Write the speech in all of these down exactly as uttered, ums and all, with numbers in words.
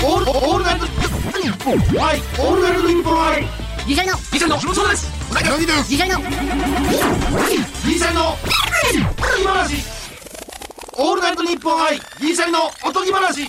オールオールナイトニッポンはいオールナイトニッポンはいギリシャリのギリシャリのそうですうなぎのギリシャリのギリシャリの今話オールナイトニッポンはいギリシャリのおとぎ話。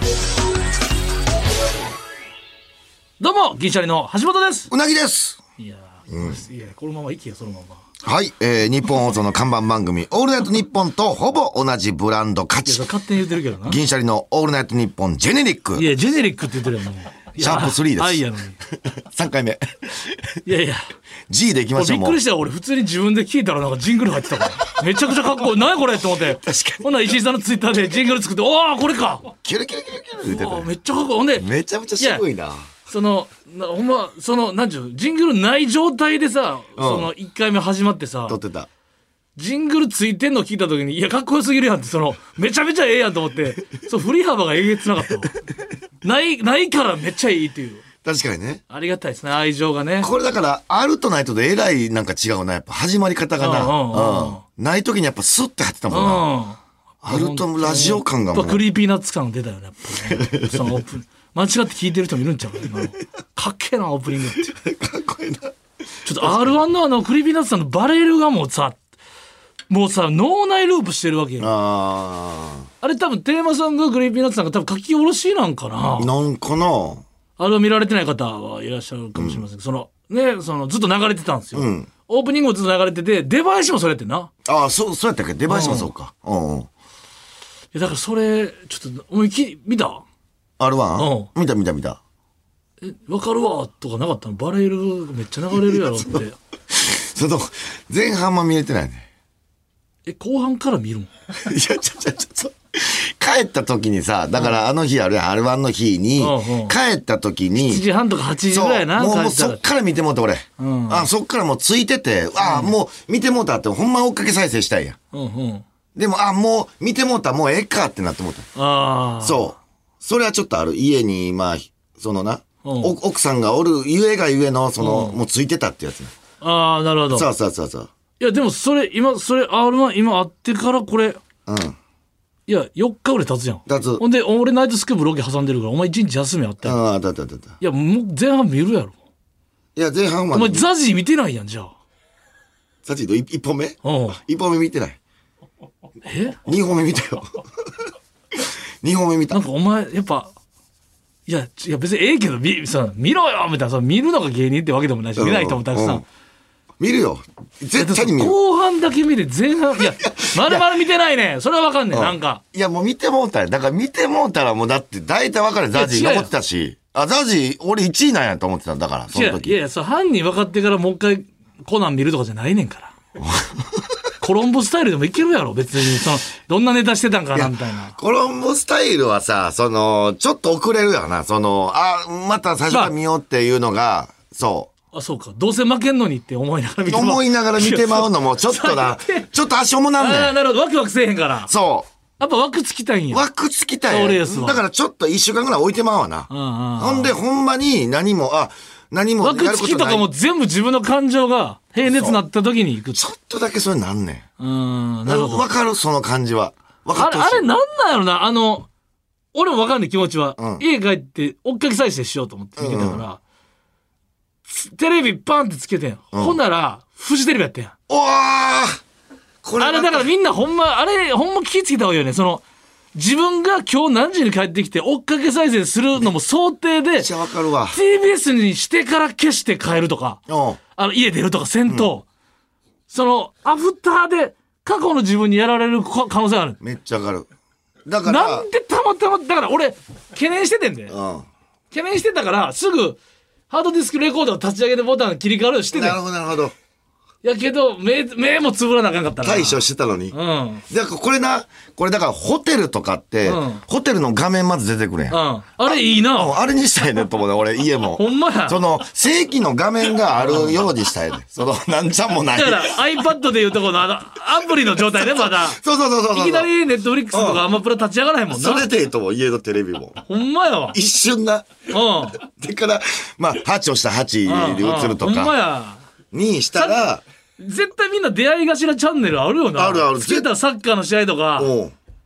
どうも銀シャリの橋本です。 うなぎです。 いやー、うん、いやこのまま息やそのまま。 はい、えー、日本放送の看板番組オールナイトニッポンとほぼ同じブランド価値。 勝手に言ってるけどな。 銀シャリのオールナイトニッポンジェネリック。 いやジェネリックって言ってるよもう。 シャープスリーです。 愛やのに。 さんかいめ。 いやいや。 G でいきましょう。 びっくりしたよ俺普通に自分で聞いたらなんかジングル入ってたから。めちゃくちゃかっこいい。何これと思って。確かに。ほんなら石井さんのツイッターでジングル作って、おーこれか。 キュルキュルキュルキュル言ってた。 めっちゃかっこいい。ほんで。 めちゃめちゃ渋いな。 そのなほんまそのなんちゅうジングルない状態でさ、うん、そのいっかいめ始まってさ撮ってたジングルついてんの聞いた時にいやかっこよすぎるやんってそのめちゃめちゃええやんと思ってそう振り幅がえげつなかったわないないからめっちゃいいっていう。 確かにねありがたいですね愛情がね。 これだからあるとないとでえらいなんか違うなやっぱ始まり方がな、うんうんうん、ない時にやっぱスッて入ってたもんな、うん、あるとラジオ感がもうクリーピーナッツ感出たよねやっぱりねそのオープン間違って聞いてる人もいるんちゃう今のかっけえなオープニングってかっこいいな。ちょっと アールワン のあのクリーピーナッツさんのバレルがもうさもうさ脳内ループしてるわけよ。ああれ多分テーマソングクリーピーナッツさんが多分書き下ろしなんかななんかなあれを見られてない方はいらっしゃるかもしれませんけど、うん、そのねそのずっと流れてたんですよ、うん、オープニングもずっと流れてて出囃子もそれやってんな。 ああそうそうやったっけ出囃子もそうか。うん、うん、いやだからそれちょっと思いっきり見たアールワン？ うん。見た見た見た。 え、わかるわとかなかったの？バレルめっちゃ流れるやろって。 その、前半も見れてないね。 え、後半から見るん？いや、ちょちょちょ、帰った時にさ、だからあの日あるやん、アールワン の日に、うんうん、帰った時に。 しちじはんとかはちじぐらいな。 もう、もうそっから見てもうた俺。うん、あ、そっからもうついてて、あ、うん、もう見てもうたって、ほんま追っかけ再生したいやん。うんうん、でも、あ、もう見てもうた、もうええかってなってもうた。ああ。そう。それはちょっとある。家に、まあ、そのな、うん、奥さんがおるゆえがゆえの、その、うん、もうついてたってやつ。 ああ、なるほど。 そうそうそうそう。 いや、でもそれ、今、それ、アールワン 今あってからこれ。うん。いや、よっかぐらい経つやん。 経つ。 ほんで、俺ナイトスクープロケ挟んでるから、お前一日休みあったやん。 ああ、だっただった。いや、もう前半見るやろ。 いや、前半は。 お前ザジー見てないやん、じゃあ。 ザジーの一本目？うん。一本目見てない。 え？ 二本目見たよ。にほんめ見た。 なんかお前やっぱいやいや別にええけど 見, さ見ろよみたいなさ見るのが芸人ってわけでもないし見ない人もたくさん、うん、 見るよ絶対に見る。 後半だけ見て前半いやまるまる見てないねそれはわかんねえ、うん、なんかいやもう見てもうたよだから見てもうたらもうだって大体わかるザジー残ってたしあザジー俺いちいなんやと思ってたんだからその時いやいやそう犯人分かってからもう一回コナン見るとかじゃないねんからコロンボスタイルでもいけるやろ別にそのどんなネタしてたんかなみたいな。 コロンボスタイルはさそのちょっと遅れるよなそのあまた最初から見ようっていうのが、まあ、そうあそうかどうせ負けんのにって思いながら見てまう思いながら見てまうのもちょっとなちょっと足重なんねん。 あなるほどワクワクせえへんからそうやっぱ枠つきたいんや。 枠つきたいやだからちょっと一週間ぐらい置いてまうわな、うんうんうん、ほんでほんまに何もあ何も枠つきとかも全部自分の感情が平熱なった時に行くちょっとだけそれなんねん。 うんなるほど分かるその感じは分かってほしい。あれあれなんなんやろなあの俺も分かんない気持ちは、うん、家帰って追っかけ再生しようと思って見てたから、うん、テレビバンってつけてん、うん、ほんならフジテレビやってんおーこれあれだからみんなほんまあれほんま気ぃつけた方がいいよねその自分が今日何時に帰ってきて追っかけ再生するのも想定で ティービーエス にしてから消して帰るとかあの家出るとかせんと、うん、そのアフターで過去の自分にやられる可能性がある。 めっちゃわかる。だからなんでたまたまだから俺懸念しててんで、うん、懸念してたからすぐハードディスクレコードを立ち上げてボタン切り替わるようにしててなるほどなるほどやけど 目, 目もつぶらなあかんかったな対処してたのに、うん、だからこれなこれだからホテルとかって、うん、ホテルの画面まず出てくれん、うん、 あれいいなあ, あれにしたいねと思うね俺家もほんまやその正規の画面があるようにしたいねそのなんちゃんもないだから iPad でいうとこのあのアプリの状態ねまだそうそうそうそうそういきなりネットフリックスとかアマプラ立ち上がらへんもんなそれでいいと思う家のテレビもほんまやわ一瞬なうんでからまあはち押したはちで映るとかほんまやにしたら絶対みんな出会い頭チャンネルあるよな。 あるある。 つけたらサッカーの試合とか。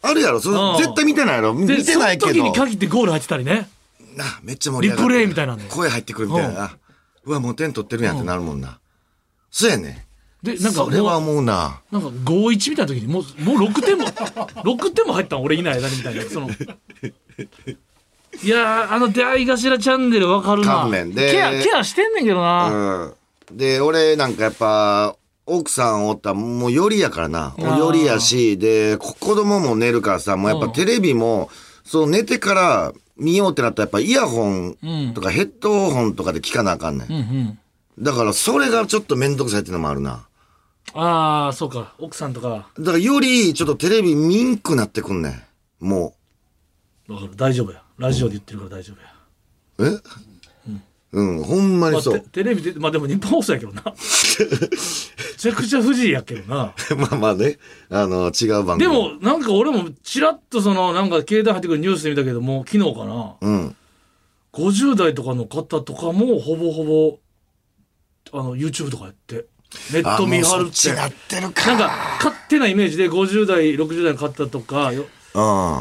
あるやろ、それ絶対見てないやろ。見てないけど。 その時に限ってゴール入ってたりね。 な、めっちゃ盛り上がる。 リプレイみたいなんで。 声入ってくるみたいな。うわ、もう点取ってるやんってなるもんな。そうやね。 で、なんかそれは思うな。 なんかごたいいちみたいな時に、もう、もうろくてんも、ろくてんも入ったん俺いない間にみたいな。その。いやー、あの出会い頭チャンネルわかるな。 関連で。 ケア、ケアしてんねんけどな。 うん。で、俺なんかやっぱ、奥さんおったらもうよりやからな。よりやし、で、子供も寝るからさ、もうやっぱテレビも、そう寝てから見ようってなったらやっぱイヤホンとかヘッドホンとかで聞かなあかんねん。うんうん、だからそれがちょっとめんどくさいっていうのもあるな。 ああ、そうか。奥さんとか。 だからよりちょっとテレビ見んくなってくんねん。もう。だから大丈夫や。ラジオで言ってるから大丈夫や。えうん、ほんまにそう。まあ、 テ, テレビで、まあでも日本放送やけどな。めちゃくちゃ不自由やけどな。 まあまあね、あの、違う番組。 でも、なんか俺もちらっとその、なんか携帯入ってくるニュースで見たけども、昨日かな。うん。ごじゅう代とかの方とかも、ほぼほぼ、あの、YouTube とかやって、ネット見張るって。 なってるか。 なんか、勝手なイメージでごじゅう代、ろくじゅう代の方とかよ、うん、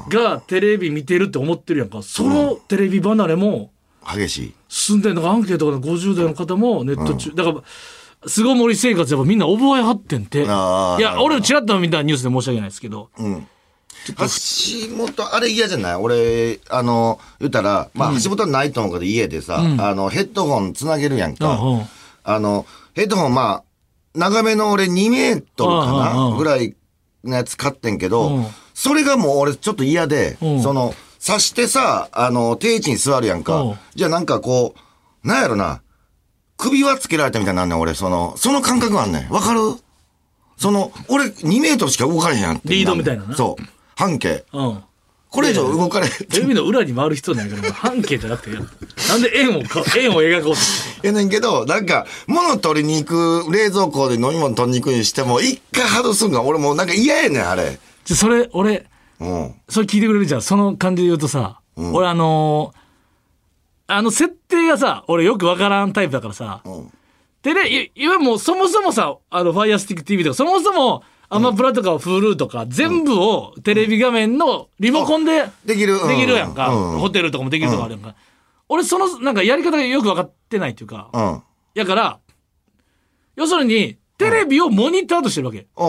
がテレビ見てるって思ってるやんか。そのテレビ離れも、 激しい。 進んでんのかアンケートとかのごじゅう代の方もネット中、うん、だから巣ごもり生活やっぱみんな覚えはってんて。いや俺チラッと見たニュースで申し訳ないですけど、うん、 橋本あれ嫌じゃない？俺あの言ったらまあ、うん、橋本はないと思うけど家でさ、うん、あのヘッドホンつなげるやんか、うん、あのヘッドホンまあ長めの俺にメートルかなぐらいのやつ買ってんけど、うん、それがもう俺ちょっと嫌で、うん、その刺してさ、あの、定位置に座るやんか。じゃあなんかこう、なんやろな。首輪つけられたみたいになんねん、俺。その、その感覚あんねん。わかる？その、俺にメートルしか動かれへんやんって。 リードみたいなな。 そう。半径。うん。これ以上動かれへん。 テレビの裏に回る人なんやけど、半径じゃなくて、なんで円を、円を描こうと。 やねんけど、なんか、物取りに行く、冷蔵庫で飲み物取りに行くにしても、一回外すんが、俺もうなんか嫌やねん、あれ。 じゃ、それ、俺、うん、それ聞いてくれるじゃん。その感じで言うとさ、うん、俺あのー、あの設定がさ、俺よくわからんタイプだからさ、うん、テレ、い、いわゆるもうそもそもさ、あの、ファイヤースティック ティーブイ とか、そもそもアマプラとか Hulu とか、全部をテレビ画面のリモコンでできる、 できるやんか、うん。ホテルとかもできるとかあるやんか。うん、俺その、なんかやり方がよくわかってないっていうか、うん、やから、要するに、テレビをモニターとしてるわけ。うん、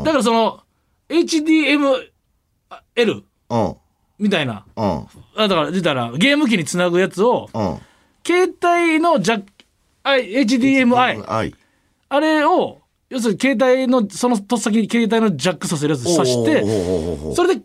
だからその、エイチディーエムエル うんみたいな、うん、だから出たらゲーム機につなぐやつを、うん、携帯のジャック エイチディーエムアイ あれを要するに携帯のそのとっさきに携帯のジャックさせるやつ挿してそれで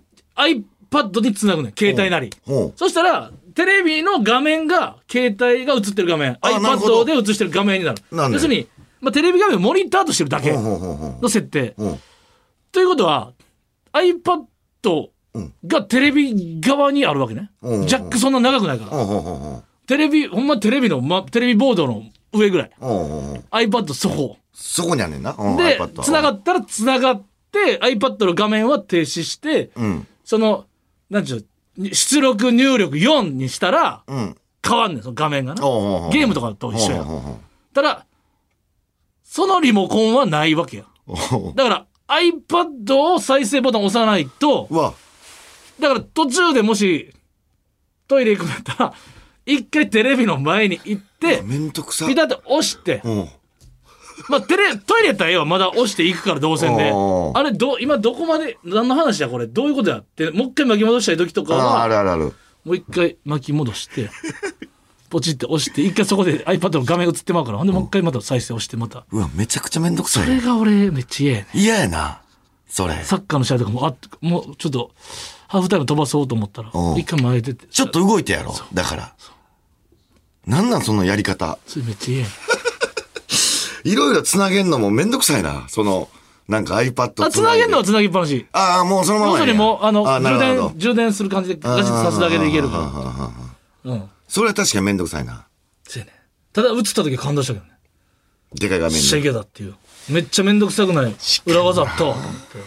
iPad につなぐねん携帯なりそしたらテレビの画面が携帯が映ってる画面 iPad で映してる画面になる要するに、まあ、テレビ画面をモニターとしてるだけの設定ということは iPadがテレビ側にあるわけね、うん、ジャックそんな長くないから、うん、テレビほんまテレビの、ま、テレビボードの上ぐらい、うん、iPad そこそこにあんねんな、 うん、で繋がったら繋がって iPad の画面は停止して、うん、そのなんちゅう出力入力よんにしたら、うん、変わんねんその画面がなゲームとかと一緒やただそのリモコンはないわけやだから iPad を再生ボタン押さないとうわだから途中でもしトイレ行くんだったら一回テレビの前に行ってめんどくさピタッと押して、うん、まあテレトイレやったらええわまだ押していくから動線であれど今どこまで何の話やこれどういうことやってもう一回巻き戻したい時とかはああるあるあるもう一回巻き戻してポチって押して一回そこで iPad の画面映ってまうからほんでもう一回また再生押してまたうわめちゃくちゃめんどくさいそれが俺めっちゃ嫌やね嫌やなそれサッカーの試合とかもあもうちょっとハーフタイム飛ばそうと思ったら一回前出てちょっと動いてやろだからなんなんそのやり方それめっちゃ嫌やねいろいろつなげんのもめんどくさいなそのなんか iPad あつなげんのはつなぎっぱなしああもうそのまま要するにもうあの充電充電する感じでガチッとさすだけでいけるからうんそれは確かにめんどくさいなそうやねただ映った時感動したけどねでかい画面にシェゲだっていうめっちゃめんどくさくない裏技あったわ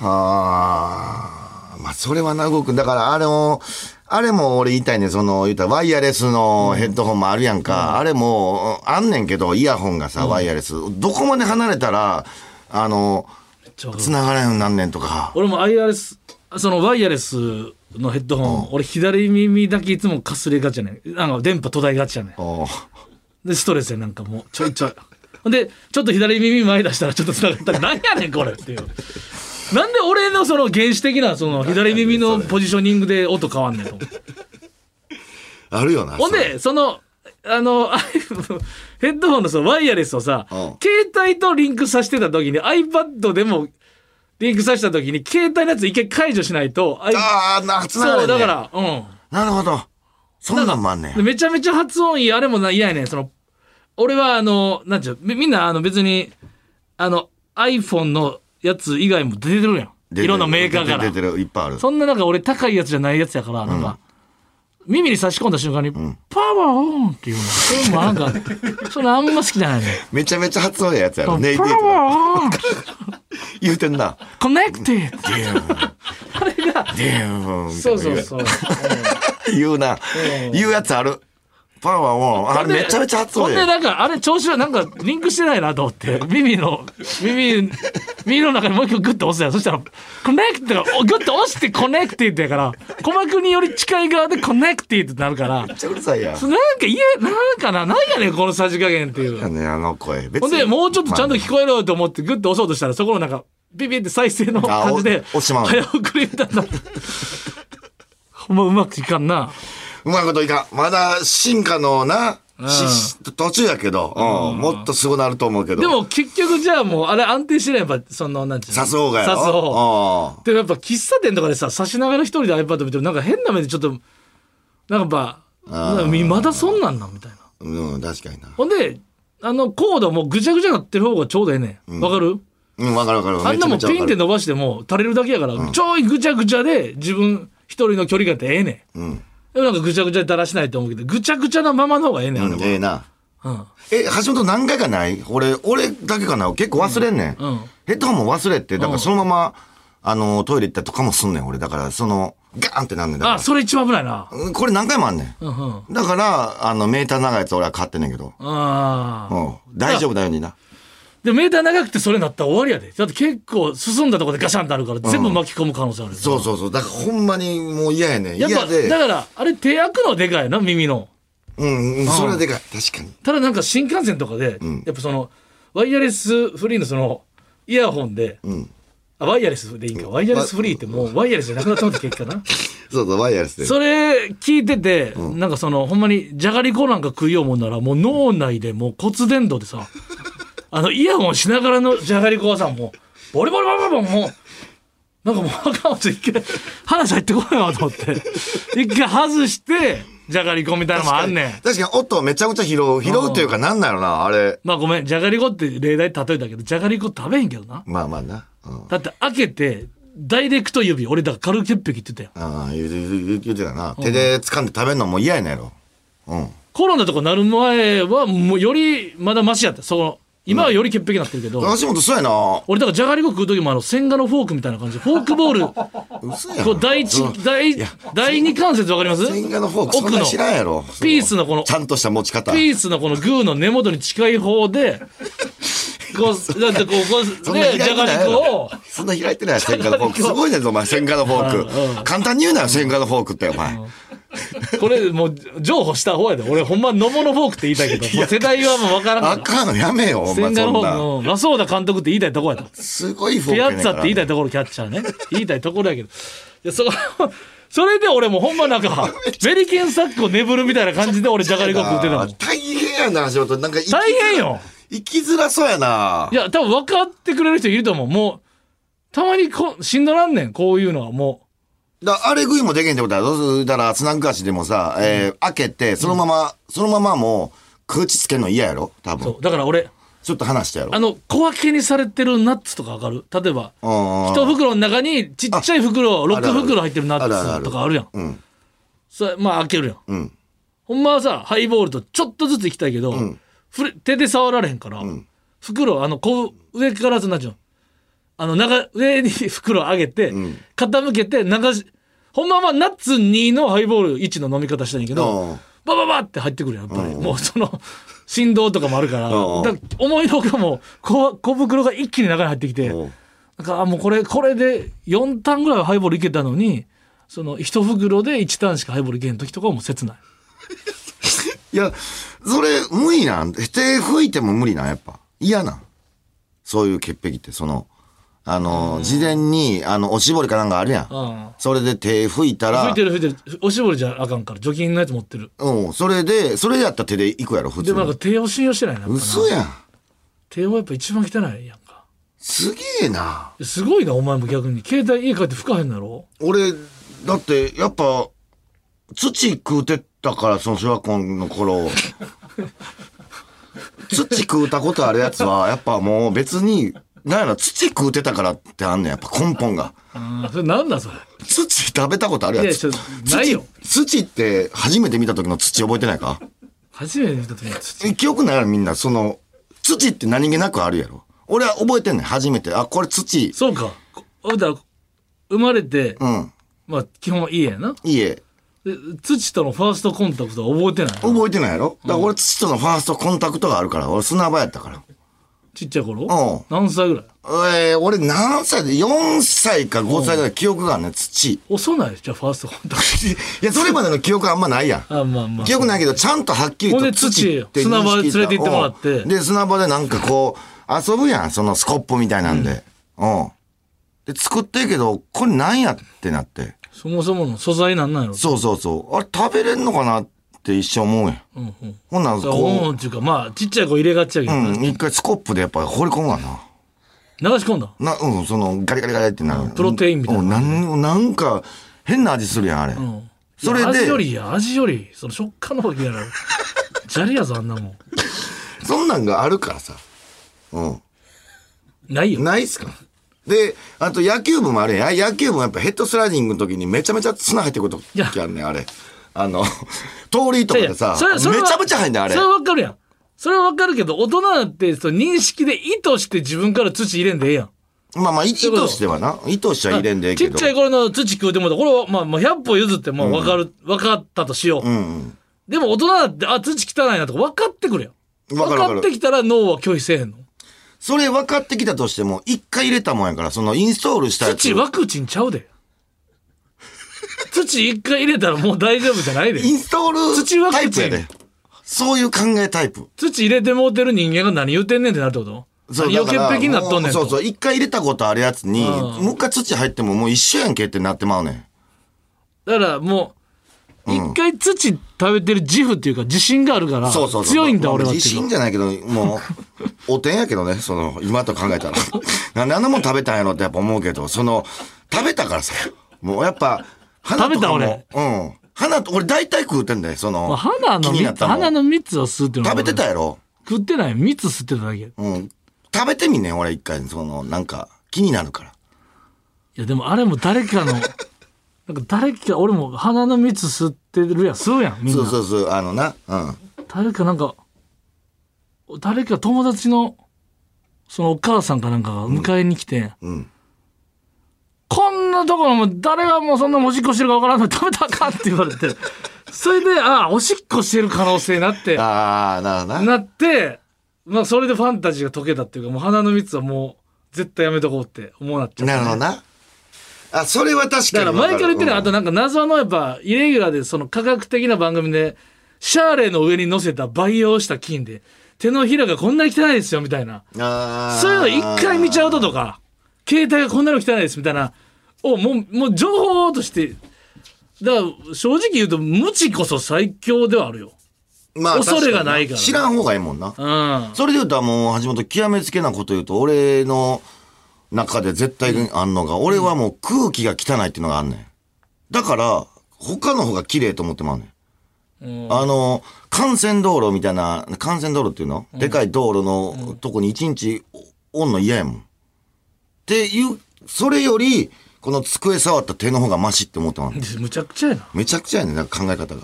ああまあそれはな動くだからあれもあれも俺言いたいねその言ったらワイヤレスのヘッドホンもあるやんか、うん、あれもあんねんけどイヤホンがさ、うん、ワイヤレスどこまで離れたらあの繋がらんようになんねんとか俺もワイヤレスそのワイヤレスのヘッドホン、俺左耳だけいつもかすれがちやねん。なんか電波途絶えがちやねん。でストレスやなんかもうちょいちょい。でちょっと左耳前出したらちょっとつながったら何やねんこれっていう。なんで俺のその原始的なその左耳のポジショニングで音変わんねんと。 あるよな。 ほんでそのあのヘッドホンのそのワイヤレスをさ、携帯とリンクさせてた時に iPad でもリンクさせた時に携帯のやつ一回解除しないと。 ああなつながるね。 そうだからうん。 なるほど。そんなんもあんねん。 めちゃめちゃ発音いいあれもな嫌やねん。その俺はあのなんちゅうみんなあの別にあの iPhone のやつ以外も出てるやん。いろんなメーカーから出てるいっぱいある。 そんななんか俺高いやつじゃないやつやからなんか、うん、耳に差し込んだ瞬間に、うん、パワーオンっていうのそれもなんかそれあんま好きじゃないね。 めちゃめちゃ発音いいやつやろ。ネイティブパワーオン言うてんな。 コネクティッドあれがデーンそうそうそう言うな言うやつある。パワーオンあれめちゃめちゃ発音いい。 ほんでなんかあれ調子はなんかリンクしてないなと思って耳の耳耳の中にもう一個グッと押すやん。そしたらコネクティッドグッと押してコネクティッドやから鼓膜により近い側でコネクティッドってなるからめっちゃうるさいやん。なんか言えなんかななんやねんこのさじ加減っていう。 ねあの声別にほんでもうちょっとちゃんと聞こえろよと思ってグッと押そうとしたらそこのなんかビビって再生の感じで早送りみたいなほんまうまくいかんな。 うまいこといかん。まだ進化のな、うん、途中やけど、うん、もっとすごなると思うけど。 でも結局じゃあもうあれ安定してればそのなんていうの刺す方がやろ。 刺す方。でもやっぱ喫茶店とかでさ刺しながら一人で iPad 見てるなんか変な目でちょっとなんかやっぱまだそんなんなんみたいな。 うん確かにな。 ほんであのコードもぐちゃぐちゃなってる方がちょうどええねん。わ、うん、かる？ うんわかるわかる。 あんなもんピンって伸ばしても垂れるだけやから、うん、ちょいぐちゃぐちゃで自分一人の距離感ってええねん。うんでもなんかぐちゃぐちゃでだらしないと思うけどぐちゃぐちゃなままの方がええねん、あれは、 うん、ええな、うん、え橋本何回かない俺俺だけかな結構忘れんねん、うんうん、ヘッドホンも忘れてだからそのまま、うん、あのトイレ行ったりとかもすんねん俺だからそのガーンってなんねんだからあそれ一番危ないなこれ何回もあんねん、うんうん、だからあのメーター長いやつ俺は買ってんねんけどあ、うん、大丈夫だよになでメーター長くてそれになったら終わりやで。だって結構進んだところでガシャンってあるから全部巻き込む可能性ある、うん、 そうそうそうだからほんまにもう嫌やねん。 やっぱでだからあれ手開くのでかいな耳のうん、うん、それはでかい確かに。 ただなんか新幹線とかで、うん、やっぱそのワイヤレスフリーのそのイヤホンで、うん、あワイヤレスでいいか、ワイヤレスフリーってもうワイヤレスじゃなくなったんだ結果なそうそうワイヤレスでそれ聞いてて、うん、なんかそのほんまにじゃがりこなんか食いようもんならもう脳内でもう骨伝導でさあのイヤホンしながらのじゃがりこはさもうボリボリボリボリもうなんかもうあかんわ一回話入ってこないわと思って一回外してじゃがりこみたいなのもあんねん。 確かに、確かに音めちゃくちゃ拾う拾うっていうかなんだろうなあれ。 まあごめんじゃがりこって例題例えたけどじゃがりこ食べへんけどな。 まあまあな、 うん、だって開けてダイレクト指俺だから軽潔癖って言ってたよ。 ああ言うて言うてたな、うん、手で掴んで食べるのも嫌やねんやろ、うん、 コロナとかなる前はもうよりまだマシやったその今はより潔癖になってるけど、うん、 足元そうやな俺だからじゃがりこ食う時もあの千賀のフォークみたいな感じでフォークボールこう第一第第二関節わかります？ 千賀のフォークそんな知らんやろ。 ピースのこのちゃんとした持ち方ピースのこのグーの根元に近い方でこうだってこうこうでじゃがりこをそんな開いてない千賀のフォークすごいねんぞお前千賀のフォーク、うんうん、簡単に言うなよ千賀のフォークってお前、うんこれもう譲歩した方やで俺ほんま野物フォークって言いたいけどもう世代はもう分からんからあかんやめよお前そんな千賀のフォークラソーダ監督って言いたいとこやとすごいフォークピアッツァって言いたいところキャッチャーね言いたいところやけどいや そ, それで俺もほんまなんかメリケンサックを眠るみたいな感じで俺じゃがりこ食ってたもん。 大変やな仕事なんか大変よ生きづらそうやな。 いや多分分かってくれる人いると思う。もうたまにこしんどなんねんこういうのはもうだあれ食いもできんってことはどうするだからスナック菓子でもさ、えー、開けてそのまま、うん、そのままもう口つけるの嫌やろ多分。 そうだから俺ちょっと話してやろあの小分けにされてるナッツとか分かる？例えば一袋の中にちっちゃい袋ろく袋入ってるナッツとかあるやん。うん、それまあ開けるやん、うん、ほんまはさハイボールとちょっとずついきたいけど、うん、手で触られへんから、うん、袋あのこう上からとなっちゃうあの長上に袋上げて、うん、傾けて流しほんまはナッツにのハイボールいちの飲み方したいんやけどバババって入ってくるやんやっぱりもうその振動とかもあるからだから思いのほかも 小, 小袋が一気に中に入ってきてなんかあもうこれこれでよんターンぐらいはハイボールいけたのにその一袋でいちターンしかハイボールいけへん時とかはもう切ない。 いやそれ無理なん手拭いても無理なんやっぱ嫌なんそういう潔癖ってそのあの、うん、事前にあのおしぼりかなんかあるやん、うん、それで手拭いたら拭いてる拭いてるおしぼりじゃあかんから除菌のやつ持ってる。 うんそれでそれでやったら手でいくやろ普通に。 でもなんか手を信用してないな。 嘘やん。 手はやっぱ一番汚いやんか。 すげえな。 すごいなお前も逆に携帯家帰って拭かへんだろ。 俺だってやっぱ土食うてたからその小学校の頃土食うたことあるやつはやっぱもう別になんやろ土食うてたからってあんねんやっぱ根本が。 あそれなんだそれ。 土食べたことあるやつ。 いやないよ。 土って初めて見た時の土覚えてないか。 初めて見た時の土記憶ないやろみんな。その土って何気なくあるやろ。俺は覚えてんねん初めて。あこれ土。 そうか。だから生まれて、 うん、 まあ基本は家やな。 家で土とのファーストコンタクトは覚えてない。 覚えてないやろ。だから俺土とのファーストコンタクトがあるから俺砂場やったから。 ちっちゃい頃？ うん。 何歳ぐらい？ えー、俺何歳でよんさいかごさいぐらい記憶があるね土。 遅ないじゃあファーストコンタクト。 いやそれまでの記憶あんまないやん。 あまあまあ。 記憶ないけどちゃんとはっきりと土って砂場で連れて行ってもらって。 で砂場でなんかこう遊ぶやんそのスコップみたいなんで。うん。うん、で作ってるけどこれなんやってなって。 そもそもの素材なんなんやろ。 そうそうそう。あれ食べれんのかなって一瞬思うやん。うんうん。ほんなんこう。うんっていうかまあちっちゃい子入れがちやけど。 うん。一回スコップでやっぱ放り込むわな。 流し込んだな、うん、そのガリガリガリってなる。 プロテインみたいな。 なん、なんか変な味するやんあれ。うん。それで。 味よりや味よりその食感の方が嫌なの。ジャリやぞあんなもん。 そんなんがあるからさ。うん。 ないよ。 ないっすか。で、あと野球部もあるやん。野球部もやっぱヘッドスライディングの時にめちゃめちゃ砂入ってくる時あんねん、あれ。あの、通りとかでさ、めちゃめちゃ入んねん、あれ。 それはわかるやん。それはわかるけど、大人なんてその認識で意図して自分から土入れんでええやん。 まあまあ、意図してはな。意図しちゃ入れんでええけど。 ちっちゃい頃の土食うてもらった。これはまあ、まあ、ひゃっぽ譲ってもうわかる、わ、うん、かったとしよう。うんうん、でも大人だって、あ、土汚いなとか分かってくるやん。分かってきたら脳は拒否せえへんの。 それ分かってきたとしても、一回入れたもんやから、そのインストールしたやつ。 土ワクチンちゃうで。土一回入れたらもう大丈夫じゃないで。 インストール土ワクチン。 そういう考えタイプ。 土入れてもうてる人間が何言うてんねんってなるってこと？何を潔癖になっとんねんと。 そうそう。一回入れたことあるやつに、もう一回土入ってももう一緒やんけってなってまうねん。 だからもう、一回土食べてる自負っていうか自信があるから、そうそうそう強いんだ俺はって。 自信じゃないけど、もう、おてんやけどね、その、今と考えたら。なんであんなもん食べたんやろってやっぱ思うけど、その、食べたからさ、もうやっぱ、 花とかも。食べた俺。 うん。花と、俺大体食うてんだよ、その、 花の蜜、花の蜜を吸うっていうの食べてたやろ。 食ってない。蜜吸ってただけ。 うん。食べてみんねん、俺一回、その、なんか、気になるから。 いや、でもあれも誰かの、なんか誰か、俺も花の蜜吸ってるやん、吸うやん、みんな。 そうそうそう、あのな、うん。 誰かなんか、誰か友達の、そのお母さんかなんかが迎えに来て、うん。うん、こんなところも誰がもうそんなおしっこしてるかわからんのに食べたらあかんって言われて、それで、ああ、おしっこしてる可能性になって、 ああ、なるほどな。 なって、まあそれでファンタジーが解けたっていうか、もう花の蜜はもう絶対やめとこうって思うなっちゃった、ね。 なるほどな。あ、それは確かに。 だから前から言ってる、うん、あとなんか謎のやっぱ、イレギュラーでその科学的な番組で、シャーレの上に乗せた培養した菌で、手のひらがこんなに汚いですよみたいな。あそういうの一回見ちゃうととか、携帯がこんなの汚いですみたいな、をもう、もう情報として、だから正直言うと無知こそ最強ではあるよ。まあ、恐れがないから、ね、 知らん方がいいもんな。 うん。 それで言うともう橋本極めつけなこと言うと、俺の中で絶対あんのが、うん、俺はもう空気が汚いっていうのがあんねん。だから、他の方が綺麗と思ってまうねん。うん、あの、幹線道路みたいな、幹線道路っていうの、うん、でかい道路のとこに一日おんの嫌やもん。っていう、それより、この机触った手の方がマシって思ってまう。 むちゃくちゃやな。 めちゃくちゃやねん、なんか考え方が。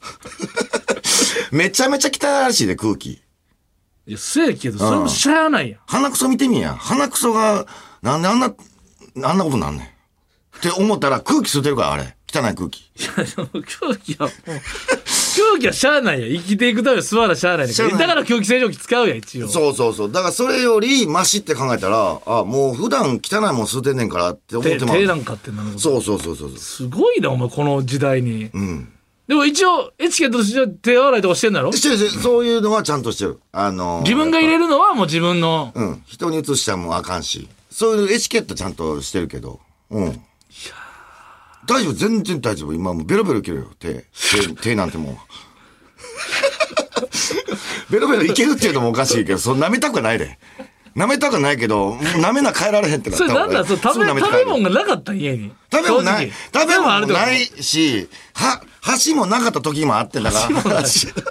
めちゃめちゃ汚いらしいで、空気。 いや、せやけど、それもしゃあないやん。 鼻くそ見てみや。鼻くそが、なんであんな、あんなことなんねん。って思ったら空気吸ってるから、あれ。汚い空気。 いや、でも空気はもう、 空気はしゃあないやん。生きていくために吸わなしゃあないねんから。だから空気清浄機使うやん、一応。 そうそうそう。だからそれよりマシって考えたら、あ、もう普段汚いもん吸うてんねんからって思ってます。 手なんかってなる。 そうそうそうそう。 すごいな、お前、この時代に。 うん。 でも一応、エチケットとして手洗いとかしてんだろ？ してるしてる。そういうのはちゃんとしてる。あのー、 自分が入れるのはもう自分の。 うん。人に移しちゃもうあかんし。そういうエチケットちゃんとしてるけど。うん。いや大丈夫、全然大丈夫。今もうベロベロいけるよ、手。手、手なんてもう。ベロベロいけるっていうのもおかしいけど、そう舐めたくないで。舐めたくないけど、舐めな変えられへんってなったら。 それなんだ、そう食べ、食べ物がなかった家に。 食べ物ない。食べ物ないし、は、箸もなかった時もあってんだから。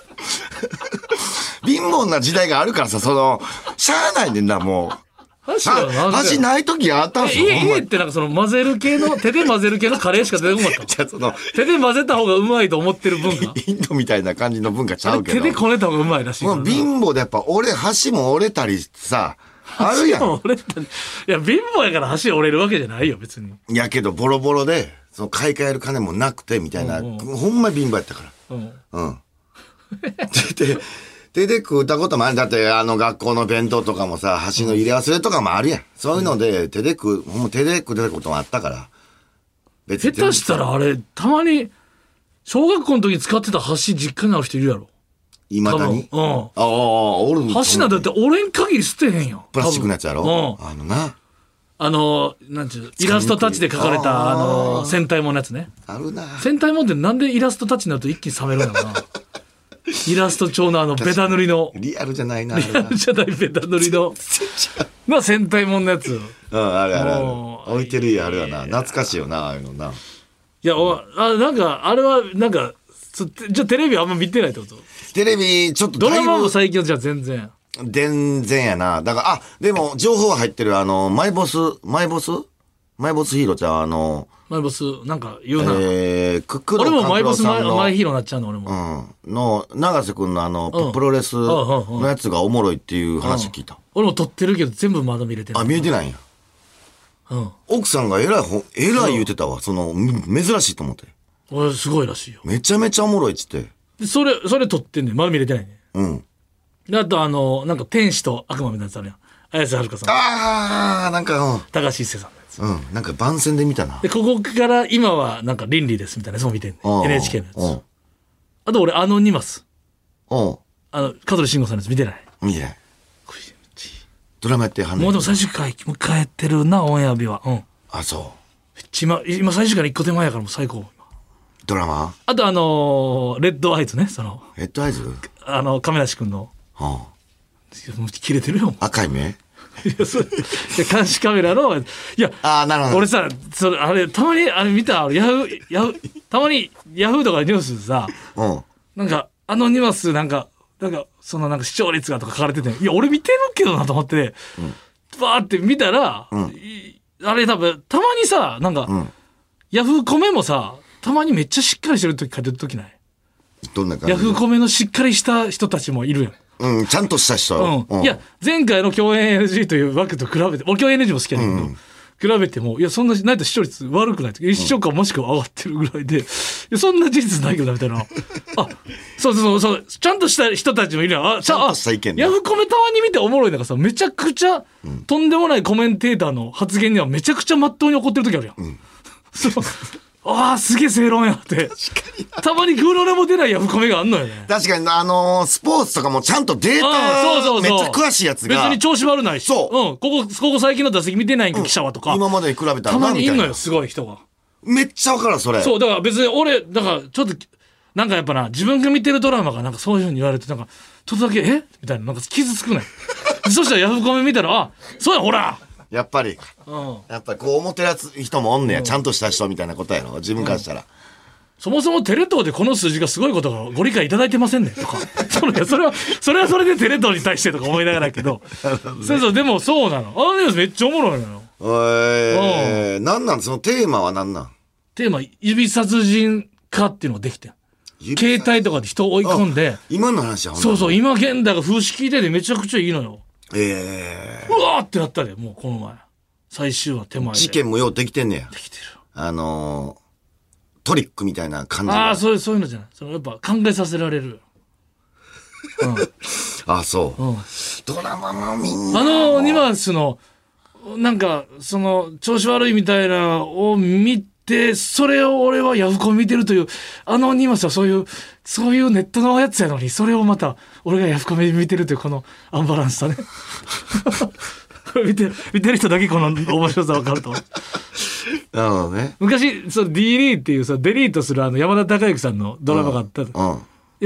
貧乏な時代があるからさ、その、しゃあないねんな、もう。箸はなん箸ない時あったんすよ。 家ってなんかその混ぜる系の、手で混ぜる系のカレーしか出てこなかった。じゃあその、手で混ぜた方がうまいと思ってる文化。 インドみたいな感じの文化ちゃうけど。 手でこねた方がうまいらしい。 もう貧乏でやっぱ俺、箸も折れたりさ、あるやん。 折れたり。いや、貧乏やから箸折れるわけじゃないよ、別に。 いやけど、ボロボロで、その買い替える金もなくて、みたいな、うんうん、ほんま貧乏やったから。うん。うん。で、手で食うたこともある。だって、あの学校の弁当とかもさ、箸の入れ忘れとかもあるやん。そういうので、手で食う、ほんま手で食うてたこともあったから。 別に。下手したらあれ、たまに、小学校の時に使ってた箸実家にある人いるやろ。 いまだにうん。ああ、おる。 箸なんだって俺ん限り捨てへんよ。 プラスチックのやつやろ。うん。あのな。 あの、なんちゅう、イラストタッチで描かれた、あの、戦隊ものやつね。 あるな。 戦隊もんってなんでイラストタッチになると一気に冷めるのかな。イラスト調のあの、ベタ塗りの。 リアルじゃないな。 リアルじゃないベタ塗りの。な、戦隊もんのやつ。 うん、あるあるある。置いてる家あるよな。懐かしいよな、ああいうのな。 いや、あ、なんか、あれは、なんか、じゃあテレビあんま見てないってこと？ テレビ、ちょっとドラマも最近じゃ全然。 全然やな。だから、あ、でも、情報は入ってる。あの、マイボス、マイボスマイボスヒーローちゃん、あの、 マイボス、なんか言うな。 えー、クック俺もマイボスマイ、マイヒーローになっちゃうの、俺も。 うん。の、長瀬くんのあの、うん、プロレスのやつがおもろいっていう話聞いた。うん、 俺も撮ってるけど、全部まだ見れてない。 あ、見えてないんや。うん。奥さんがえらい、えらい言うてたわ。その、珍しいと思って。 俺、すごいらしいよ。 めちゃめちゃおもろいっつって。 で、それ、それ撮ってんねん。まだ見れてないね。 うん。 で、あとあの、なんか天使と悪魔みたいなやつあるやん。綾瀬はるかさん。 ああ、なんか、うん。 高橋一生さんのやつ。 うん。なんか番宣で見たな。 で、ここから今はなんか倫理ですみたいなやつも見てんねん。エヌエイチケー のやつ。あと俺、アノニマス。 うん。 あの、香取慎吾さんのやつ見てない？ 見てない。ドラマやってはんねん。 もうでも最終回迎えてるな、オンエア日は。うん。 あ、そう。 めっちゃ今、今最終回の一個手前やからもう最高。 ドラマ？ あとあのー、レッドアイズね、その。 レッドアイズ？ あの、亀梨くんの。はあ。もう切れてるよ。 赤い目？ いや、それ、監視カメラの、いや、 あ、なるほど。 俺さ、それ、あれ、たまに、あれ見た、ヤフー、ヤフー、たまにヤフーとかニュースでさ、うん。なんか、アノニマス、なんか、なんか、そのなんか視聴率がとか書かれてて、いや、俺見てるけどなと思って、うん、バーって見たら、うん、あれ多分、たまにさ、なんか、うん、ヤフーコメもさ、たまにめっちゃしっかりしてる時書いてる時ない？ どんな感じ？ ヤフーコメのしっかりした人たちもいるやん。 うん、ちゃんとした人。 うん。うん、いや、前回の共演 エヌジー という枠と比べて、俺共演 エヌジー も好きやねんけど、うん、比べても、いや、そんな、ないと視聴率悪くない。一週間もしくは上がってるぐらいで、いや、そんな事実ないけどな、みたいな。あ、そうそうそう、ちゃんとした人たちもいるやん。あ、 ちゃんとした意見ね。 ヤフコメたまに見ておもろいのがさ、めちゃくちゃ、うん、とんでもないコメンテーターの発言にはめちゃくちゃまっとうに怒ってる時あるやん。うん、そう。ああ、すげえ正論やって。たまにグロレも出ないヤフコメがあんのよね。 確かに、あのー、スポーツとかもちゃんとデータ、そうそうそうめっちゃ詳しいやつが。 別に調子悪ないし。 そう。 うん。ここ、ここ最近の打席見てないんか、うん、記者はとか。 今までに比べたらたまにいんのよ、すごい人が。 めっちゃわかる、それ。 そう、だから別に俺、だからちょっと、なんかやっぱな、自分が見てるドラマがなんかそういうふうに言われて、なんか、ちょっとだけ、えみたいな、なんか傷つくない。そしたらヤフコメ見たら、あ、そうや、ほらやっぱり、うん、やっぱりこう思ってるやつ人もおんねや、うん、ちゃんとした人みたいなことやろ、自分からしたら。うん、 そもそもテレ東でこの数字がすごいことがご理解いただいてませんねとかそれそれはそれはそれでテレ東に対してとか思いながらけどそうそうでもそうなの。あのニュースめっちゃおもろいのよ。 えー、なんなんそのテーマはなんなん？ テーマ指殺人化っていうのができてん。携帯とかで人を追い込んで今の話はそうそう今現代が風刺聞いててめちゃくちゃいいのよ。 えー、うわーってなったでもうこの前最終話手前で事件もようできてんねや。 できてる。 あのートリックみたいな感じが。 ああ、そういう、そういうのじゃない。そのやっぱ考えさせられる。 うん、あ、そう、うん。ドラマもみんな。 あの、ニマスの、なんか、その、調子悪いみたいなを見て、それを俺はヤフコメ見てるという、あのニマスはそういう、そういうネットのやつやのに、それをまた、俺がヤフコメ見てるという、このアンバランスさね。見て、見てる人だけこの面白さ分かると思う。 なるほどね。 昔、その ディーディー っていうさ、デリートするあの山田孝之さんのドラマがあった。うんうん、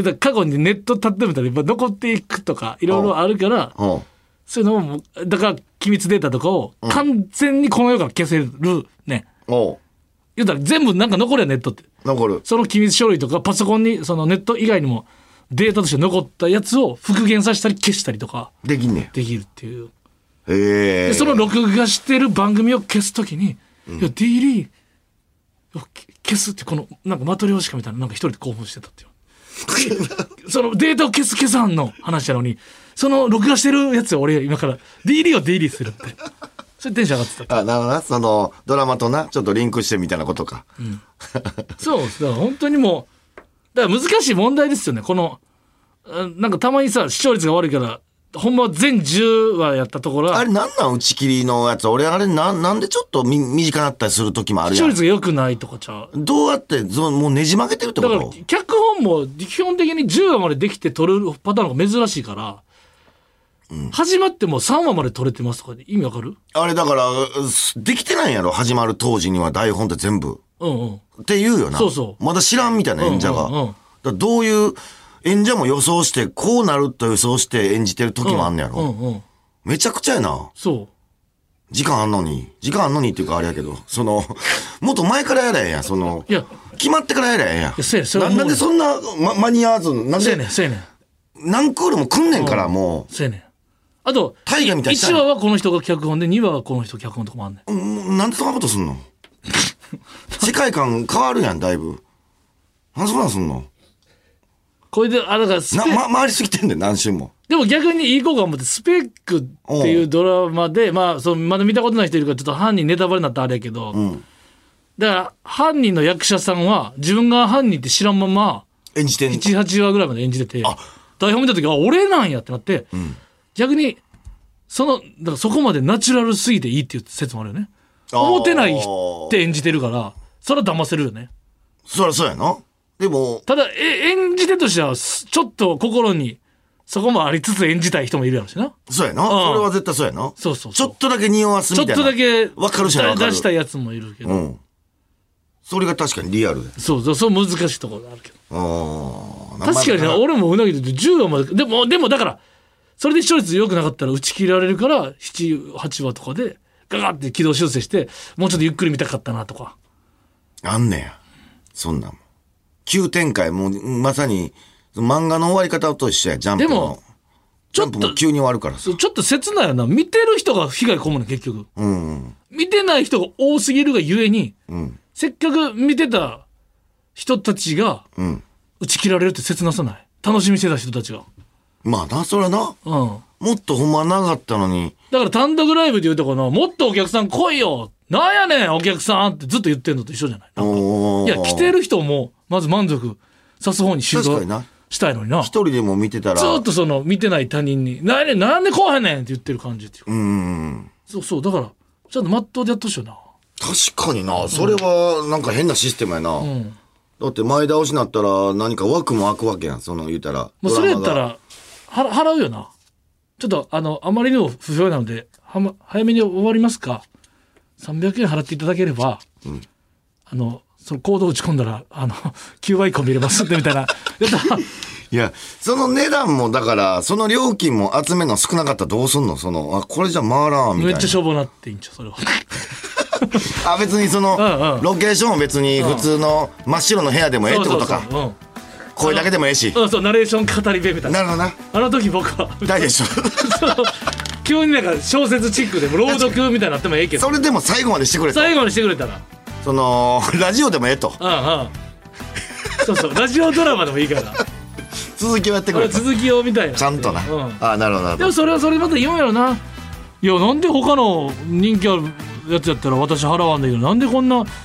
過去にネット立ってみたらやっぱ残っていくとかいろいろあるから、うん、そういうのもだから機密データとかを完全にこの世から消せるね。うん、言うたら全部なんか残るやんネットって。 残る。 その機密書類とかパソコンにそのネット以外にもデータとして残ったやつを復元させたり消したりとかできんね。 できるっていう。 へえ。 でその録画してる番組を消すときに、うん、いや ディーディー を消すってこのなんかマトリョーシカみたいななんか一人で興奮してたっていう。そのデータを消す消さんの話なのにその録画してるやつを俺今から ディーディー を ディーディー するってそれテンション上がってた。 あ、なるほどな。そのドラマとなちょっとリンクしてみたいなことか、うん、 そうだから本当にもうだから難しい問題ですよね。このなんかたまにさ視聴率が悪いからほんま全じゅうわやったところあれなんなん打ち切りのやつ俺あれな ん, なんでちょっとみ短なったりする時もあるやん。 視聴率が良くないとかちゃう。 どうやってそもうねじ曲げてるってこと。 だから脚本も基本的にじゅうわまでできて撮るパターンが珍しいから、うん、始まってもさんわまで撮れてますとかで意味わかる。 あれだからできてないんやろ始まる当時には台本って全部、うんうん、って言うよな。 そうそうまだ知らんみたいな演者が、うんうんうん、だどういう演者も予想してこうなると予想して演じてる時もあんねやろ、うんうんうん、めちゃくちゃやな。 そう時間あんのに時間あんのにっていうかあれやけどそのもっと前からやれんやそのいや決まってからやれんや。いやせやそれな, なんでそんな、ま、間に合わずなんでせやねんせやねん何クールも来んねんから、うん、もうせやねん。あと大河みたいにいちわはこの人が脚本でにわはこの人脚本とかもあんねん、 うん、なんでそんなことすんの世界観変わるやんだいぶ。なんでそんなんすんの。 これであだからスペな、ま、回りすぎてんだよ何週も。 でも逆にいい子が思ってスペックっていうドラマでまあそのまだ見たことない人いるからちょっと犯人ネタバレになったらあれやけど、うん、だから犯人の役者さんは自分が犯人って知らんまま演じてんのななはちわぐらいまで演じてて台本見た時あ俺なんやってなって、うん、逆にそのだからそこまでナチュラルすぎていいっていう説もあるよね。思ってないって演じてるからそれは騙せるよね。 そりゃそうやな。でもただえ演じ手としてはちょっと心にそこもありつつ演じたい人もいるやろしな。 そうやな、うん、それは絶対そうやな。 そうそうそうちょっとだけ匂わすみたいなちょっとだけ分かるしな出したやつもいるけど、うん、 それが確かにリアル。 そうそうそう難しいところあるけどあ確かにな俺もうなぎでじゅうわまででもでもだからそれで視聴率良くなかったら打ち切られるからななはちわとかでガガって軌道修正してもうちょっとゆっくり見たかったなとかあんねや。そんなんも急展開もうまさに漫画の終わり方と一緒や。ジャンプのでもジャンプも急に終わるからさ。 ちょっと切ないよな。見てる人が被害被るの結局、うんうん、見てない人が多すぎるがゆえに、うん、せっかく見てた人たちが打ち切られるって切なさない。楽しみしてた人たちがまあなそれはな、うん、もっとほんまなかったのに。 だから単独ライブで言うとこのもっとお客さん来いよなんやねんお客さんってずっと言ってんのと一緒じゃない。なんかいや来てる人もまず満足さす方に集合したいのにな。 一人でも見てたらずっとその見てない他人になんでなんで来おへんねんって言ってる感じっていう。うんそうそうだからちゃんとまっとうでやってほしいよな。 確かになそれはなんか変なシステムやな、うん、だって前倒しになったら何か枠も開くわけやん。その言うたらもうそれやったらは払うよな。ちょっとあのあまりにも不評なのでは、ま、早めに終わりますかさんびゃくえん払っていただければ、うん、あのそのコード打ち込んだらあのきゅうわ以降見れますってみたいなやったらいやその値段もだからその料金も集めるの少なかったらどうすんの。そのあこれじゃ回らんみたいな。 めっちゃしょぼなっていいんちゃうそれはあ別にその、うんうん、ロケーションも別に普通の真っ白の部屋でもええってことか。そうそうそう、うん声だけでもええし。 そうそうナレーション語り部みたいな。 なるほどな。 あの時僕は大でしょ急になんか小説チックでも朗読みたいになってもええけどそれでも最後までしてくれた最後までしてくれたらそのラジオでもええと。うんうんそうそうラジオドラマでもいいから続きをやってくれ続きをみたいなちゃんとな、うん、あなるほど。 でもそれはそれまた言うんやろな。いやなんで他の人気あるやつやったら私払わんだけどなんでこんな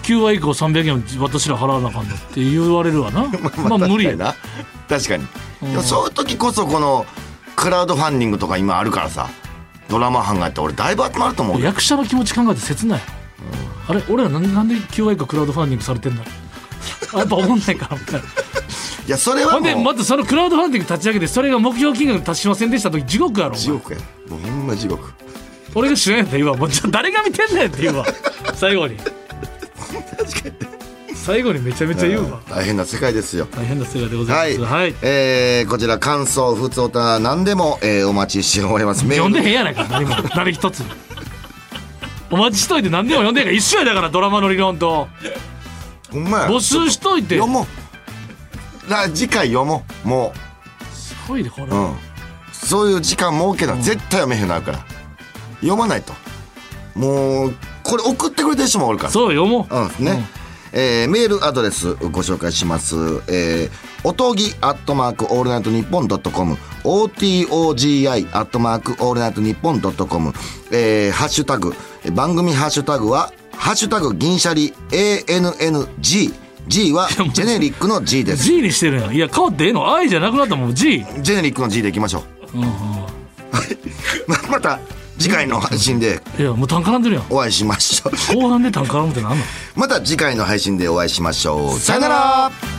きゅうわ以降さんびゃくえん私ら払わなあかんのって言われるわなまあ無理やな確かに、うん、でもそういう時こそこのクラウドファンディングとか今あるからさドラマ班がやったら俺だいぶ集まると思う。 役者の気持ち考えて切ない、うん、あれ俺らなんで、なんできゅうわ以降クラウドファンディングされてんだやっぱ思んないからみたいないやそれはもうほんでまたそのクラウドファンディング立ち上げてそれが目標金額達しませんでした時地獄やろ。 地獄やもうほんま地獄。 俺が知らんやったら言うわもうじゃ誰が見てんねんって言うわ最後に確かに最後にめちゃめちゃ言うわ。 大変な世界ですよ。 大変な世界でございます。 はい、はい、えー、こちら感想ふつおた何でも、えー、お待ちしております。 読んでへんやないか何も誰一つお待ちしといて何でも読んでへんから一緒やだからドラマの理論とほんまや募集しといて読もう次回読もうもうすごいでこれ、 うん、そういう時間設けたら絶対読めへんなるから読まないともうこれ送ってくれてる人もおるからそう読もう、 うんね、うん、えー、メールアドレスご紹介します、えー、おとぎアットマークオールナイトニッポンドットコム オーティーオージーアイ アットマークオールナイトニッポンドットコム、えー、ハッシュタグ番組ハッシュタグはハッシュタグ銀シャリ エーエヌエヌジーG はジェネリックの G です。 G にしてるやん。いや変わってええの I じゃなくなったもん G ジェネリックの G でいきましょう、うんうん、また次回の配信でいやもう単絡んでるやんお会いしましょう後半で単絡むってなんのまた次回の配信でお会いしましょう。さよなら。